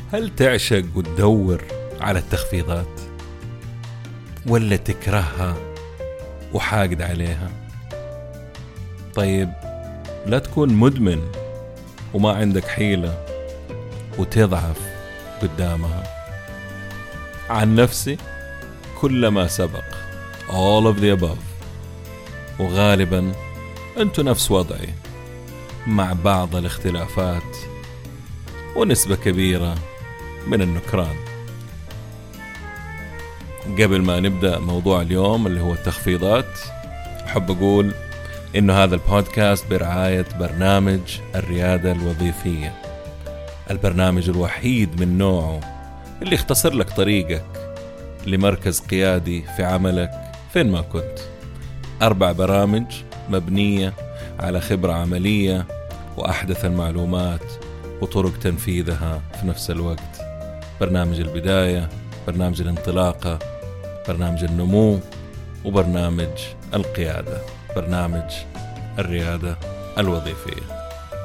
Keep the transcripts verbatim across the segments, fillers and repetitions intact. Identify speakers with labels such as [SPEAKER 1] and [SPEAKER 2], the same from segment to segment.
[SPEAKER 1] هل تعشق وتدور على التخفيضات ولا تكرهها وحاقد عليها؟ طيب لا تكون مدمن وما عندك حيلة وتضعف قدامها. عن نفسي كل ما سبق all of the above، وغالبا أنتوا نفس وضعي مع بعض الاختلافات ونسبة كبيرة من النكران. قبل ما نبدأ موضوع اليوم اللي هو التخفيضات، أحب أقول إنه هذا البودكاست برعاية برنامج الريادة الوظيفية، البرنامج الوحيد من نوعه اللي يختصر لك طريقك لمركز قيادي في عملك فين ما كنت. أربع برامج مبنية على خبرة عملية وأحدث المعلومات وطرق تنفيذها في نفس الوقت. برنامج البداية، برنامج الانطلاقة، برنامج النمو، وبرنامج القيادة، برنامج الريادة الوظيفية.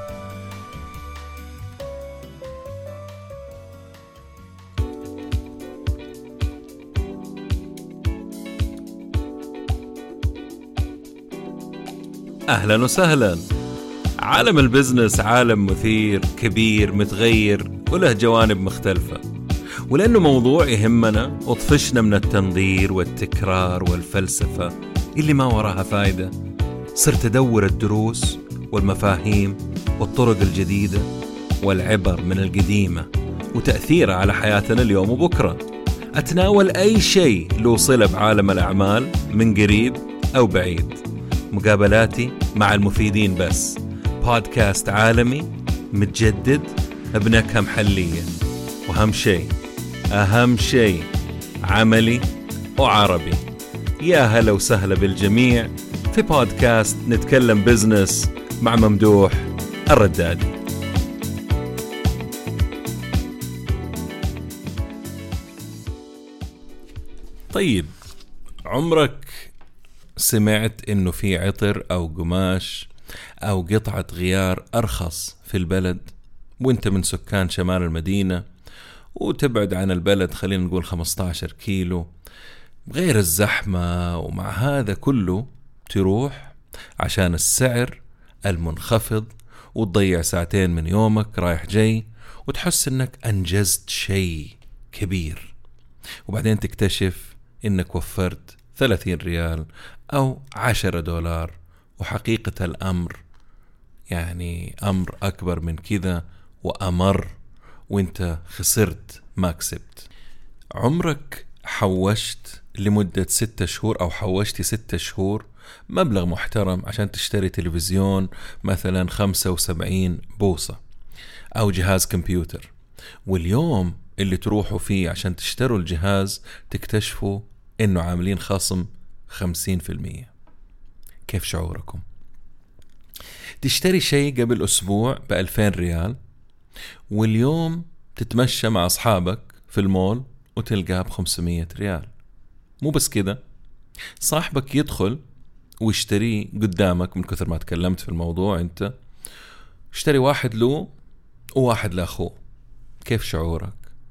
[SPEAKER 1] أهلا وسهلا. عالم البزنس عالم مثير كبير متغير وله جوانب مختلفة، ولأنه موضوع يهمنا وطفشنا من التنظير والتكرار والفلسفة اللي ما وراها فايدة، صرت أدور الدروس والمفاهيم والطرق الجديدة والعبر من القديمة وتأثيرها على حياتنا اليوم وبكرة. أتناول أي شيء له صلة بعالم الأعمال من قريب أو بعيد. مقابلاتي مع المفيدين بس. بودكاست عالمي متجدد بنكهة محلية، وأهم شيء أهم شيء عملي وعربي. يا هلا وسهلا بالجميع في بودكاست نتكلم بزنس مع ممدوح الردادي. طيب، عمرك سمعت إنه في عطر أو قماش أو قطعة غيار أرخص في البلد وإنت من سكان شمال المدينة وتبعد عن البلد خلينا نقول خمسة عشر كيلو، غير الزحمة، ومع هذا كله تروح عشان السعر المنخفض وتضيع ساعتين من يومك رايح جاي وتحس إنك أنجزت شيء كبير، وبعدين تكتشف إنك وفرت ثلاثين ريال أو عشرة دولار، وحقيقة الأمر يعني أمر أكبر من كذا وأمر، وإنت خسرت ما كسبت. عمرك حوشت لمدة ستة شهور أو حوشتي ستة شهور مبلغ محترم عشان تشتري تلفزيون مثلا خمسة وسبعين بوصة أو جهاز كمبيوتر، واليوم اللي تروحوا فيه عشان تشتروا الجهاز تكتشفوا إنه عاملين خصم خمسين في المية؟ كيف شعوركم؟ تشتري شيء قبل أسبوع بألفين ريال واليوم تتمشى مع أصحابك في المول وتلقاه بخمسمية ريال. مو بس كده، صاحبك يدخل ويشتري قدامك من كثر ما تكلمت في الموضوع، انت اشتري واحد له وواحد لأخوه. كيف شعورك؟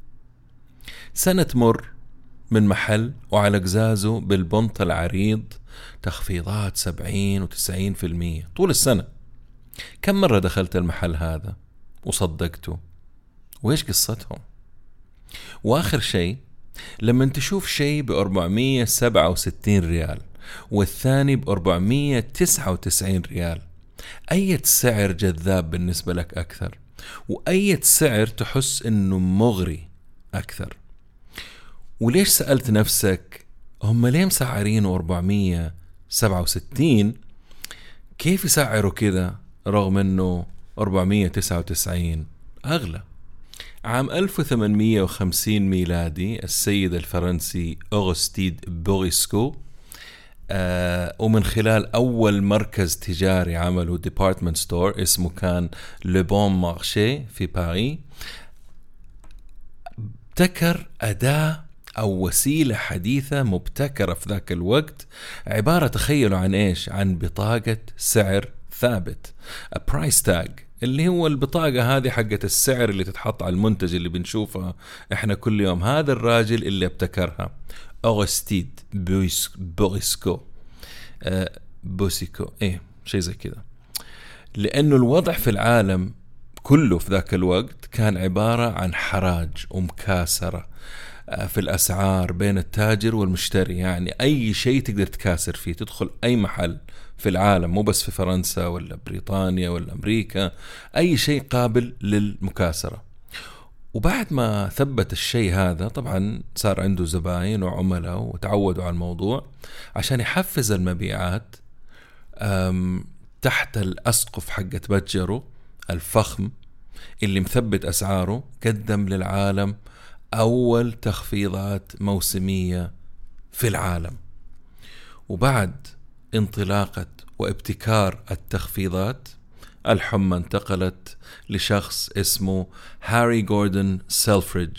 [SPEAKER 1] سنة تمر من محل وعلى قزازه بالبنط العريض تخفيضات سبعين وتسعين في المية طول السنة. كم مرة دخلت المحل هذا وصدقته؟ وإيش قصتهم؟ وآخر شيء لما تشوف شيء بأربعمية وسبعة وستين ريال والثاني بأربعمية وتسعة وتسعين ريال، أي سعر جذاب بالنسبة لك أكثر؟ وأي سعر تحس إنه مغري أكثر؟ وليش سألت نفسك هم ليه مسعرين أربعمية وسبعة وستين؟ كيف يسعروا كده رغم أنه أربعمية وتسعة وتسعين أغلى؟ عام ألف وثمانمية وخمسين ميلادي السيد الفرنسي أغسطين بوريسكو آه ومن خلال أول مركز تجاري عمله ديبارتمنت ستور اسمه كان لو بون مارشي في باريس، ابتكر أداة أو وسيلة حديثة مبتكرة في ذاك الوقت، عبارة تخيلوا عن إيش؟ عن بطاقة سعر ثابت، a price tag. اللي هو البطاقة هذه حقت السعر اللي تتحط على المنتج اللي بنشوفها احنا كل يوم. هذا الراجل اللي ابتكرها أوغستيد بوريسكو آه بوسيكو ايه شيء زي كده. لأنه الوضع في العالم كله في ذاك الوقت كان عبارة عن حراج ومكاسرة في الأسعار بين التاجر والمشتري. يعني أي شيء تقدر تكاسر فيه، تدخل أي محل في العالم مو بس في فرنسا ولا بريطانيا ولا أمريكا، أي شيء قابل للمكاسرة. وبعد ما ثبت الشيء هذا طبعا صار عنده زباين وعملاء وتعودوا على الموضوع، عشان يحفز المبيعات تحت الأسقف حقت متجره الفخم اللي مثبت أسعاره، قدم للعالم أول تخفيضات موسمية في العالم. وبعد انطلاقة وابتكار التخفيضات، الحمى انتقلت لشخص اسمه هاري جوردن سيلفريدج،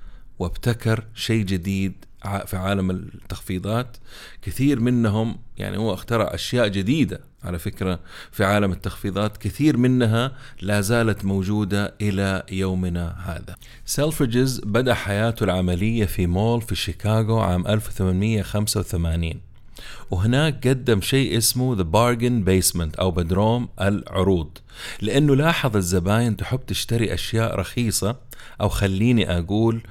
[SPEAKER 1] وابتكر شيء جديد في عالم التخفيضات. كثير منهم يعني هو اخترع أشياء جديدة على فكرة في عالم التخفيضات، كثير منها لا زالت موجودة إلى يومنا هذا. سيلفريدج بدأ حياته العملية في مول في شيكاغو عام ألف وثمانمائة وخمسة وثمانين، وهناك قدم شيء اسمه The Bargain Basement أو بدروم العروض، لأنه لاحظ الزباين تحب تشتري أشياء رخيصة أو خليني أقول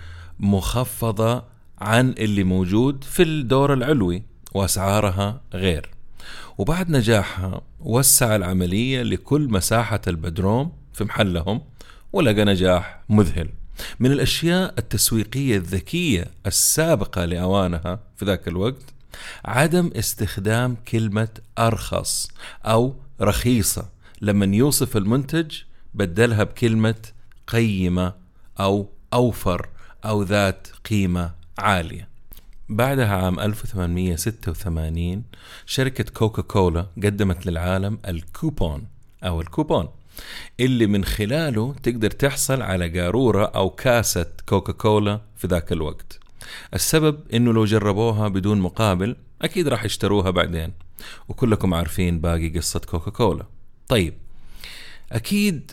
[SPEAKER 1] مخفضة عن اللي موجود في الدور العلوي وأسعارها غير. وبعد نجاحها وسع العملية لكل مساحة البدروم في محلهم، ولقى نجاح مذهل. من الأشياء التسويقية الذكية السابقة لأوانها في ذاك الوقت عدم استخدام كلمة أرخص أو رخيصة لما يوصف المنتج، بدلها بكلمة قيمة أو أوفر أو ذات قيمة عالية. بعدها عام ألف وثمانمائة وستة وثمانين شركة كوكا كولا قدمت للعالم الكوبون أو الكوبون اللي من خلاله تقدر تحصل على قارورة أو كاسة كوكا كولا في ذاك الوقت. السبب إنه لو جربوها بدون مقابل أكيد راح يشتروها بعدين، وكلكم عارفين باقي قصة كوكا كولا. طيب أكيد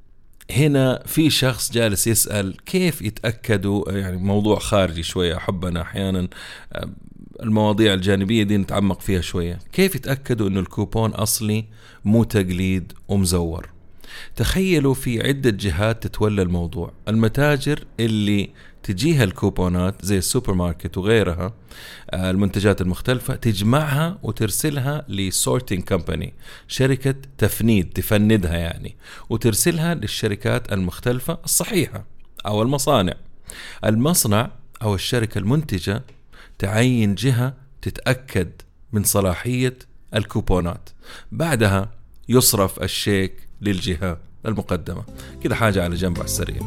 [SPEAKER 1] هنا في شخص جالس يسأل كيف يتأكدوا، يعني موضوع خارجي شوية، أحب أنا أحيانا المواضيع الجانبية دي نتعمق فيها شوية. كيف يتأكدوا أنه الكوبون أصلي مو تقليد ومزور؟ تخيلوا في عدة جهات تتولى الموضوع. المتاجر اللي تجيها الكوبونات زي السوبر ماركت وغيرها، المنتجات المختلفة تجمعها وترسلها لسورتينج كمباني، شركة تفنيد تفندها يعني، وترسلها للشركات المختلفة الصحيحة أو المصانع. المصنع أو الشركة المنتجة تعين جهة تتأكد من صلاحية الكوبونات، بعدها يصرف الشيك للجهة المقدمة. كده حاجة على جنب على السريع.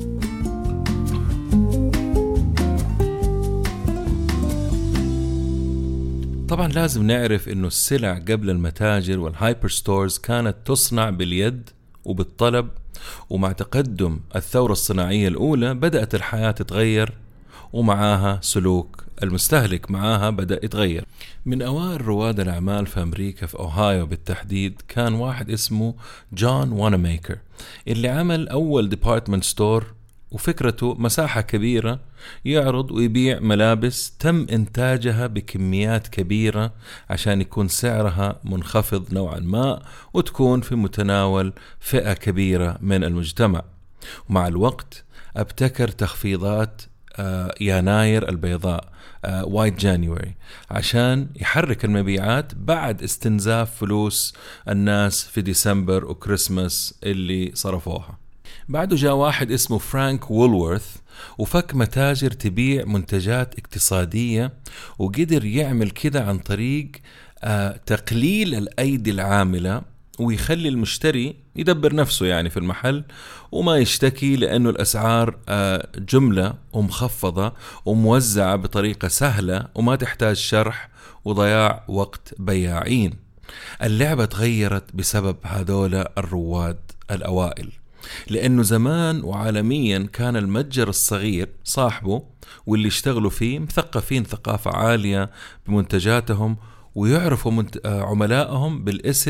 [SPEAKER 1] طبعا لازم نعرف انه السلع قبل المتاجر والهايبر ستورز كانت تصنع باليد وبالطلب، ومع تقدم الثورة الصناعية الأولى بدأت الحياة تتغير، ومعاها سلوك المستهلك معاها بدأ يتغير. من أوائل رواد الأعمال في أمريكا في أوهايو بالتحديد كان واحد اسمه جون واناميكر، اللي عمل أول ديبارتمنت ستور، وفكرته مساحة كبيرة يعرض ويبيع ملابس تم إنتاجها بكميات كبيرة عشان يكون سعرها منخفض نوعا ما وتكون في متناول فئة كبيرة من المجتمع. ومع الوقت ابتكر تخفيضات يناير البيضاء وايت جانيوري عشان يحرك المبيعات بعد استنزاف فلوس الناس في ديسمبر وكريسماس اللي صرفوها. بعده جاء واحد اسمه فرانك وولورث وفك متاجر تبيع منتجات اقتصادية، وقدر يعمل كده عن طريق تقليل الأيدي العاملة ويخلي المشتري يدبر نفسه يعني في المحل وما يشتكي، لأنه الأسعار جملة ومخفضة وموزعة بطريقة سهلة وما تحتاج شرح وضياع وقت بياعين. اللعبة تغيرت بسبب هذول الرواد الأوائل، لأنه زمان وعالميا كان المتجر الصغير صاحبه واللي يشتغلوا فيه مثقفين ثقافة عالية بمنتجاتهم، ويعرفوا عملائهم بالاسم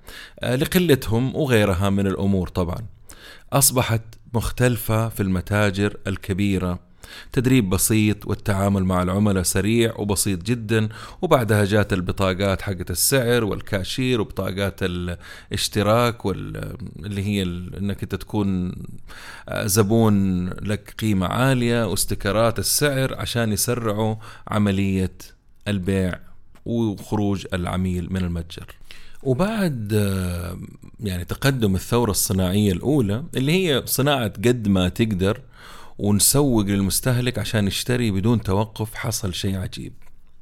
[SPEAKER 1] لقلتهم وغيرها من الأمور. طبعا أصبحت مختلفة في المتاجر الكبيرة، تدريب بسيط والتعامل مع العملاء سريع وبسيط جدا، وبعدها جات البطاقات حقت السعر والكاشير وبطاقات الاشتراك واللي هي انك انت تكون زبون لك قيمة عالية واستكرات السعر عشان يسرعوا عملية البيع وخروج العميل من المتجر. وبعد يعني تقدم الثورة الصناعية الأولى اللي هي صناعة قد ما تقدر ونسوق للمستهلك عشان يشتري بدون توقف، حصل شيء عجيب.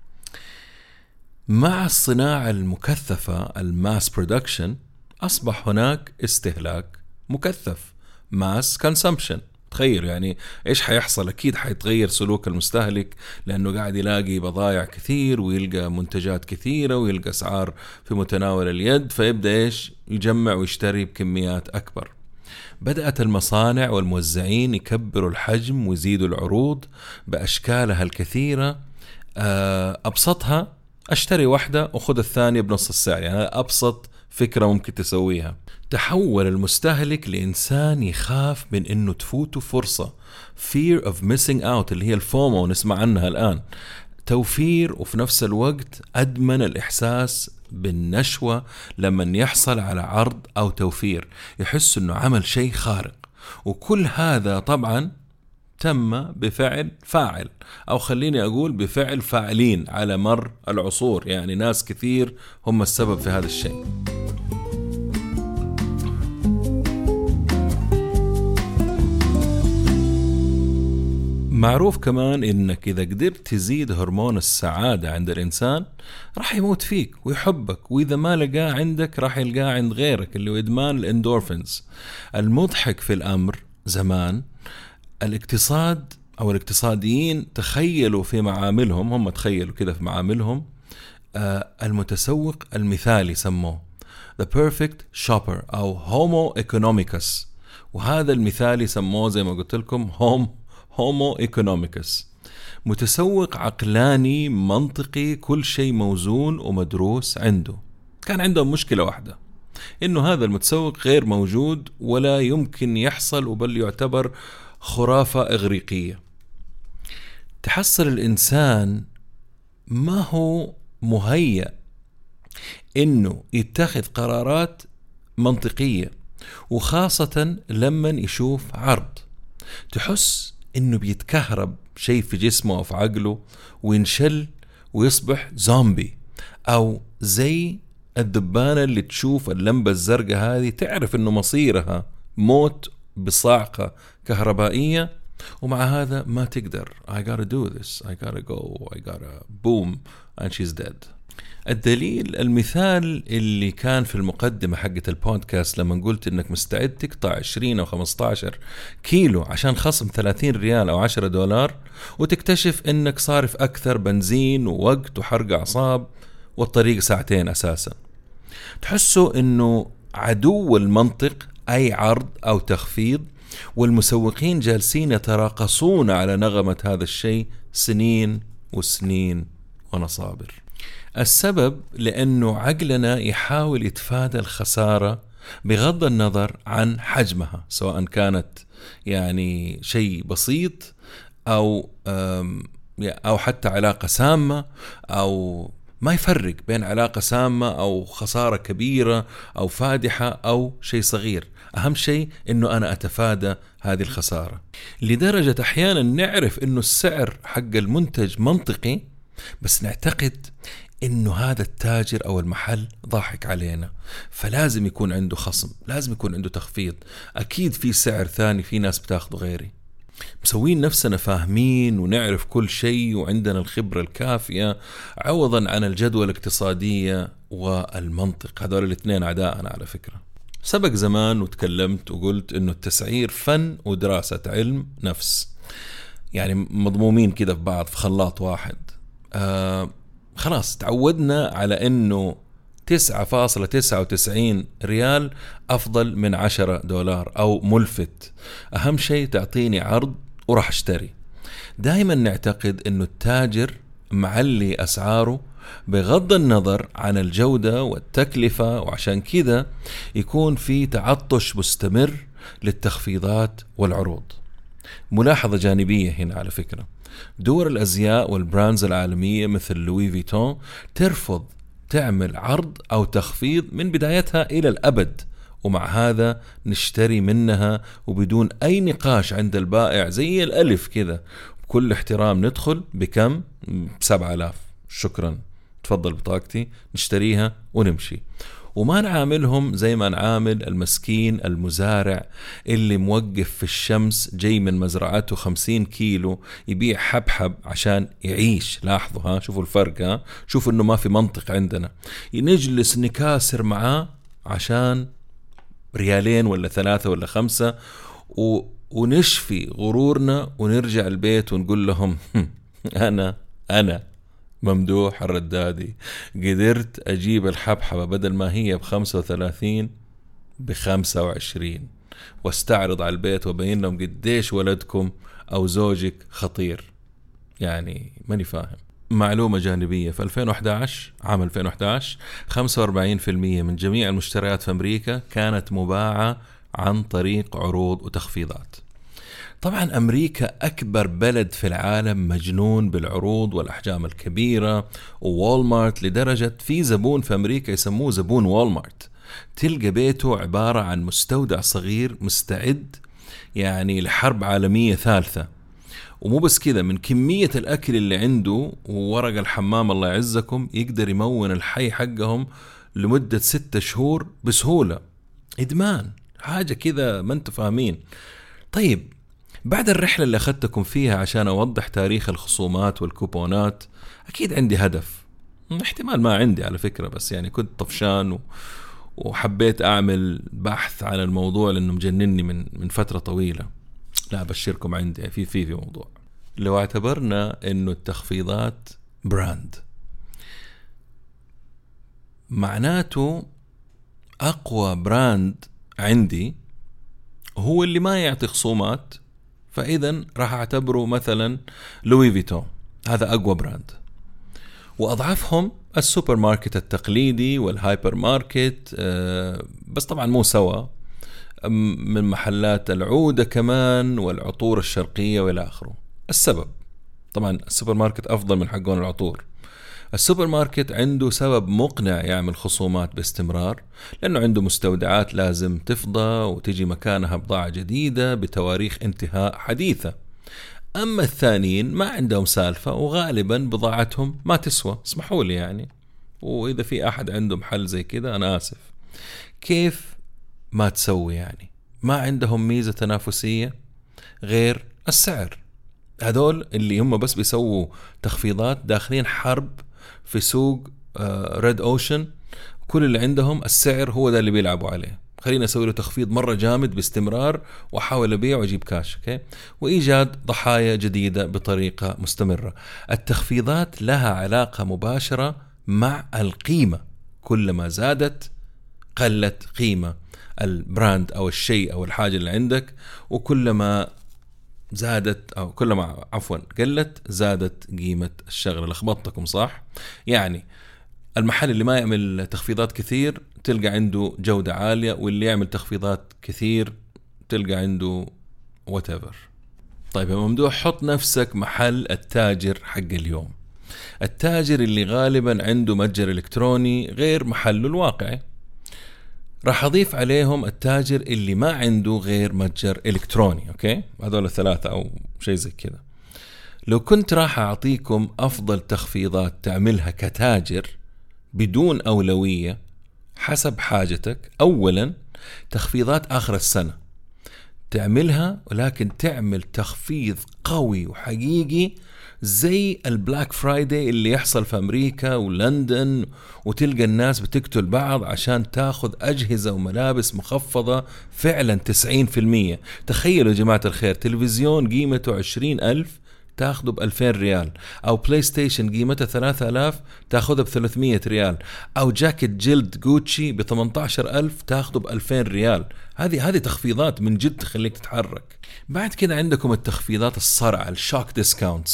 [SPEAKER 1] مع الصناعة المكثفة الماس برودكشن أصبح هناك استهلاك مكثف، ماس كونسمبشن. تخيل يعني إيش حيحصل؟ أكيد حيتغير سلوك المستهلك لأنه قاعد يلاقي بضائع كثير ويلقى منتجات كثيرة ويلقى أسعار في متناول اليد، فيبدأ إيش يجمع ويشتري بكميات أكبر. بدأت المصانع والموزعين يكبروا الحجم ويزيدوا العروض بأشكالها الكثيرة. أبسطها أشتري واحدة وخذ الثانية بنص السعر، يعني أبسط فكرة ممكن تسويها. تحول المستهلك لإنسان يخاف من إنه تفوته فرصة، fear of missing out اللي هي الفومو نسمع عنها الآن. توفير وفي نفس الوقت أدمن الإحساس بالنشوة لما يحصل على عرض أو توفير، يحس أنه عمل شيء خارق. وكل هذا طبعا تم بفعل فاعل، أو خليني أقول بفعل فاعلين على مر العصور، يعني ناس كثير هم السبب في هذا الشيء. معروف كمان إنك إذا قدرت تزيد هرمون السعادة عند الإنسان راح يموت فيك ويحبك، وإذا ما لقاه عندك راح يلقاه عند غيرك، اللي هو إدمان الإندورفينز. المضحك في الأمر زمان الاقتصاد أو الاقتصاديين تخيلوا في معاملهم، هم تخيلوا كده في معاملهم آه المتسوق المثالي سموه The Perfect Shopper أو Homo Economicus، وهذا المثالي سموه زي ما قلت لكم هوم هومو إيكونوميكس، متسوق عقلاني منطقي كل شيء موزون ومدروس عنده. كان عندهم مشكلة واحدة، إنه هذا المتسوق غير موجود ولا يمكن يحصل، وبل يعتبر خرافة إغريقية. تحصل الإنسان ما هو مهيأ إنه يتخذ قرارات منطقية، وخاصة لما يشوف عرض تحس إنه بيتكهرب شيء في جسمه أو في عقله وينشل ويصبح زومبي، أو زي الدبانة اللي تشوف اللمبة الزرقاء هذه تعرف إنه مصيرها موت بصاعقة كهربائية، ومع هذا ما تقدر. I gotta do this, I gotta go, I gotta boom and she's dead. الدليل المثال اللي كان في المقدمة حقة البودكاست لما قلت إنك مستعد تقطع عشرين أو خمسة عشر كيلو عشان خصم ثلاثين ريال أو عشرة دولار، وتكتشف إنك صارف أكثر بنزين ووقت وحرق أعصاب والطريق ساعتين أساسا. تحسوا إنه عدو المنطق أي عرض أو تخفيض، والمسوقين جالسين يتراقصون على نغمة هذا الشيء سنين وسنين ونصابر. السبب لأنه عقلنا يحاول يتفادى الخسارة بغض النظر عن حجمها، سواء كانت يعني شيء بسيط أو أو حتى علاقة سامة، أو ما يفرق بين علاقة سامة أو خسارة كبيرة أو فادحة أو شيء صغير. أهم شيء إنه أنا أتفادى هذه الخسارة، لدرجة أحيانا نعرف إنه السعر حق المنتج منطقي بس نعتقد إنه هذا التاجر أو المحل ضاحك علينا، فلازم يكون عنده خصم، لازم يكون عنده تخفيض، أكيد في سعر ثاني في ناس بتاخده غيري. مسوين نفسنا فاهمين ونعرف كل شيء وعندنا الخبرة الكافية، عوضا عن الجدوى الاقتصادية والمنطق. هذول الاثنين أعداءنا على فكرة. سبق زمان وتكلمت وقلت إنه التسعير فن ودراسة علم نفس، يعني مضمومين كده في بعض في خلاط واحد. آه خلاص تعودنا على إنه تسعة فاصلة تسعة وتسعين ريال أفضل من عشرة دولار أو ملفت. أهم شيء تعطيني عرض وراح اشتري. دائما نعتقد إنه التاجر معلي أسعاره بغض النظر عن الجودة والتكلفة، وعشان كده يكون في تعطش مستمر للتخفيضات والعروض. ملاحظة جانبية هنا على فكرة، دول الأزياء والبراندز العالمية مثل لوي فيتون ترفض تعمل عرض أو تخفيض من بدايتها إلى الأبد، ومع هذا نشتري منها وبدون أي نقاش عند البائع زي الألف كذا، بكل احترام ندخل بكم؟ بسبعة آلاف، شكرا تفضل بطاقتي، نشتريها ونمشي. وما نعاملهم زي ما نعامل المسكين المزارع اللي موقف في الشمس جاي من مزرعته خمسين كيلو يبيع حبحب عشان يعيش. لاحظوا ها، شوفوا الفرق ها، شوفوا انه ما في منطق عندنا. نجلس نكاسر معاه عشان ريالين ولا ثلاثة ولا خمسة و... ونشفي غرورنا ونرجع البيت ونقول لهم أنا أنا ممدوح الردادي قدرت أجيب الحبحبة بدل ما هي بخمسة وثلاثين بخمسة وعشرين، واستعرض على البيت وبين لهم قديش ولدكم أو زوجك خطير. يعني ماني فاهم. معلومة جانبية، في ألفين وإحدى عشر عام ألفين وإحدى عشر خمسة وأربعين بالمئة من جميع المشتريات في أمريكا كانت مباعة عن طريق عروض وتخفيضات. طبعا أمريكا أكبر بلد في العالم مجنون بالعروض والأحجام الكبيرة ووالمارت، لدرجة في زبون في أمريكا يسموه زبون والمارت، تلقى بيته عبارة عن مستودع صغير مستعد يعني لحرب عالمية ثالثة. ومو بس كذا، من كمية الأكل اللي عنده وورق الحمام الله يعزكم يقدر يمون الحي حقهم لمدة ستة شهور بسهولة. إدمان، حاجة كذا ما انتوا فاهمين. طيب بعد الرحلة اللي أخذتكم فيها عشان أوضح تاريخ الخصومات والكوبونات، أكيد عندي هدف، احتمال ما عندي على فكرة، بس يعني كنت طفشان و... وحبيت أعمل بحث عن الموضوع لأنه مجنني من من فترة طويلة. لا أبشركم عندي في في في موضوع. لو اعتبرنا إنه التخفيضات براند، معناته أقوى براند عندي هو اللي ما يعطي خصومات، فإذن راح أعتبره مثلا لوي فيتون، هذا أقوى براند. وأضعفهم السوبر ماركت التقليدي والهايبر ماركت، بس طبعا مو سوا، من محلات العودة كمان والعطور الشرقية وإلى آخره. السبب طبعا السوبر ماركت أفضل من حقون العطور. السوبر ماركت عنده سبب مقنع يعمل خصومات باستمرار، لأنه عنده مستودعات لازم تفضى وتجي مكانها بضاعة جديدة بتواريخ انتهاء حديثة. أما الثانيين ما عندهم سالفة، وغالبا بضاعتهم ما تسوى، اسمحوا لي يعني. وإذا في أحد عنده محل زي كده أنا آسف. كيف ما تسوي يعني؟ ما عندهم ميزة تنافسية غير السعر. هذول اللي هم بس بيسووا تخفيضات داخلين حرب في سوق ريد أوشن، كل اللي عندهم السعر هو ده اللي بيلعبوا عليه. خلينا أسوي له تخفيض مرة جامد باستمرار وأحاول أبيع وأجيب كاش، أوكي؟ وإيجاد ضحايا جديدة بطريقة مستمرة. التخفيضات لها علاقة مباشرة مع القيمة، كلما زادت قلت قيمة البراند أو الشيء أو الحاجة اللي عندك، وكلما زادت أو كلما عفوا قلت زادت قيمة الشغلة. لخبطتكم صح؟ يعني المحل اللي ما يعمل تخفيضات كثير تلقى عنده جودة عالية، واللي يعمل تخفيضات كثير تلقى عنده whatever. طيب يا ممدوح، حط نفسك محل التاجر حق اليوم، التاجر اللي غالبا عنده متجر إلكتروني غير محله الواقعي. راح أضيف عليهم التاجر اللي ما عنده غير متجر إلكتروني، أوكي؟ هذول الثلاثة أو شيء زي كذا. لو كنت راح أعطيكم أفضل تخفيضات تعملها كتاجر بدون أولوية حسب حاجتك، أولا تخفيضات آخر السنة تعملها، ولكن تعمل تخفيض قوي وحقيقي زي البلاك فرايداي اللي يحصل في أمريكا ولندن، وتلقى الناس بتقتل بعض عشان تاخذ أجهزة وملابس مخفضة فعلا تسعين بالمية. تخيلوا يا جماعة الخير، تلفزيون قيمته عشرين ألف تاخده بألفين ريال، أو بلاي ستيشن قيمته ثلاثة آلاف تاخده بثلاثمية ريال، أو جاكيت جلد غوتشي بثمانية عشر ألف تاخده بألفين ريال. هذه هذه تخفيضات من جد تخليك تتحرك. بعد كده عندكم التخفيضات الصرع، الشوك ديسكاونتس،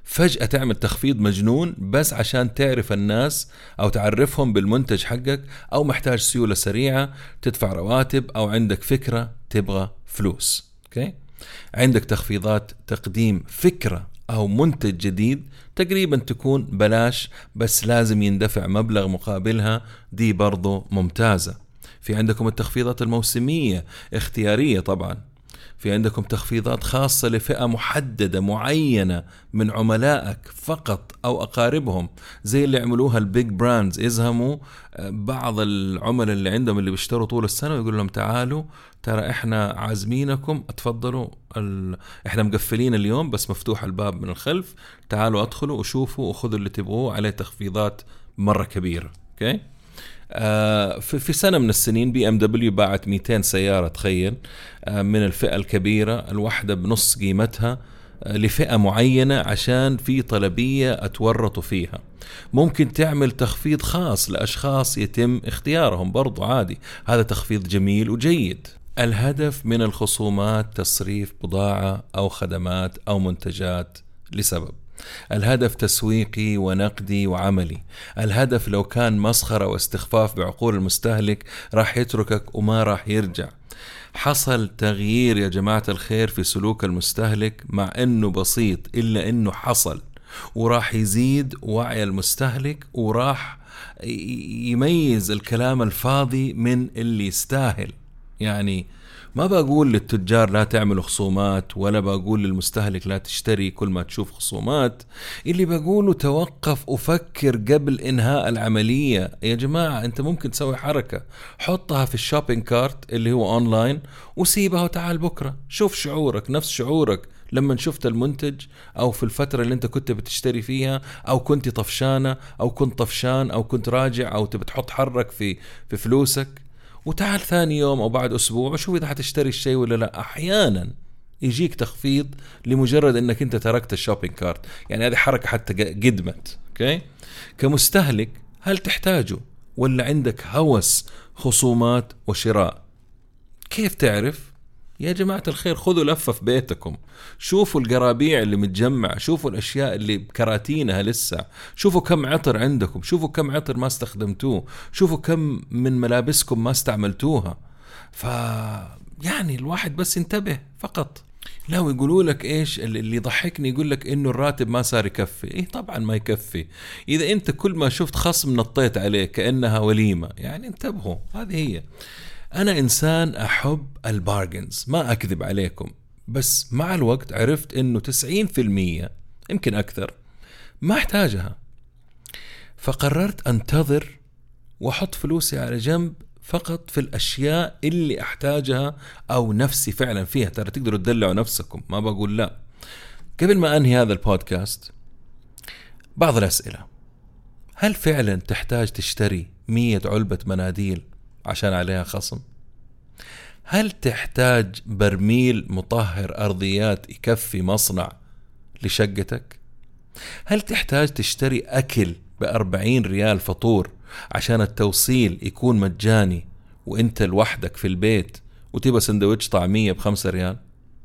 [SPEAKER 1] فجأة تعمل تخفيض مجنون بس عشان تعرف الناس أو تعرفهم بالمنتج حقك، أو محتاج سيولة سريعة تدفع رواتب، أو عندك فكرة تبغى فلوس. أوكي؟ عندك تخفيضات تقديم فكرة أو منتج جديد تقريبا تكون بلاش بس لازم يندفع مبلغ مقابلها، دي برضو ممتازة. في عندكم التخفيضات الموسمية اختيارية طبعا. في عندكم تخفيضات خاصة لفئة محددة معينة من عملائك فقط أو أقاربهم، زي اللي عملوها البيج براندز. يزهموا بعض العملاء اللي عندهم اللي بيشتروا طول السنة ويقول لهم تعالوا ترى إحنا عازمينكم، اتفضلوا ال... إحنا مقفلين اليوم بس مفتوح الباب من الخلف، تعالوا أدخلوا وشوفوا وخذوا اللي تبغوه، عليه تخفيضات مرة كبيرة. أوكي؟ آه في سنة من السنين بي ام دبليو باعت مئتين سيارة، تخيل، آه من الفئة الكبيرة الواحدة بنص قيمتها آه لفئة معينة عشان في طلبية اتورطوا فيها. ممكن تعمل تخفيض خاص لأشخاص يتم اختيارهم، برضو عادي، هذا تخفيض جميل وجيد. الهدف من الخصومات تصريف بضاعة أو خدمات أو منتجات لسبب. الهدف تسويقي ونقدي وعملي. الهدف لو كان مسخرة واستخفاف بعقول المستهلك راح يتركك وما راح يرجع. حصل تغيير يا جماعة الخير في سلوك المستهلك، مع انه بسيط الا انه حصل، وراح يزيد وعي المستهلك، وراح يميز الكلام الفاضي من اللي يستاهل. يعني ما بقول للتجار لا تعملوا خصومات، ولا بقول للمستهلك لا تشتري كل ما تشوف خصومات. اللي بقوله توقف وفكر قبل إنهاء العملية. يا جماعة أنت ممكن تسوي حركة، حطها في الشوبينج كارت اللي هو أونلاين وسيبها وتعال بكرة شوف شعورك نفس شعورك لما شفت المنتج، أو في الفترة اللي أنت كنت بتشتري فيها، أو كنت طفشانة أو كنت طفشان أو كنت راجع أو تبي تحط حرك في في فلوسك، وتعال ثاني يوم أو بعد أسبوع وشوف إذا هتشتري الشيء ولا لا. أحيانا يجيك تخفيض لمجرد أنك أنت تركت الشوبينج كارت، يعني هذه حركة حتى قدمت. أوكي؟ كمستهلك هل تحتاجه ولا عندك هوس خصومات وشراء؟ كيف تعرف؟ يا جماعة الخير خذوا لفة في بيتكم، شوفوا القرابيع اللي متجمع، شوفوا الأشياء اللي بكراتينها لسه، شوفوا كم عطر عندكم، شوفوا كم عطر ما استخدمتوه، شوفوا كم من ملابسكم ما استعملتوها. ف يعني الواحد بس ينتبه فقط. لا ويقولوا لك إيش اللي يضحكني، يقول لك إنه الراتب ما صار يكفي. إيه طبعا ما يكفي إذا أنت كل ما شفت خصم نطيت عليه كأنها وليمة. يعني انتبهوا، هذه هي. أنا إنسان أحب البارجنز، ما أكذب عليكم، بس مع الوقت عرفت إنه تسعين في المية يمكن أكثر ما أحتاجها، فقررت أنتظر وأحط فلوسي على جنب فقط في الأشياء اللي أحتاجها أو نفسي فعلا فيها. ترى تقدروا تدلعوا نفسكم، ما بقول لا. قبل ما أنهي هذا البودكاست، بعض الأسئلة: هل فعلا تحتاج تشتري مية علبة مناديل عشان عليها خصم؟ هل تحتاج برميل مطهر أرضيات يكفي مصنع لشقتك؟ هل تحتاج تشتري أكل بأربعين ريال فطور عشان التوصيل يكون مجاني وإنت لوحدك في البيت وتبقى سندويتش طعمية بخمسة ريال؟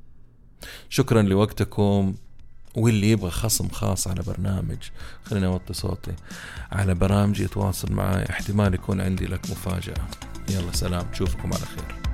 [SPEAKER 1] شكرا لوقتكم. واللي يبغى خصم خاص على برنامج، خليني أوطي صوتي، على برامجي يتواصل معي، احتمال يكون عندي لك مفاجأة. يلا سلام، تشوفكم على خير.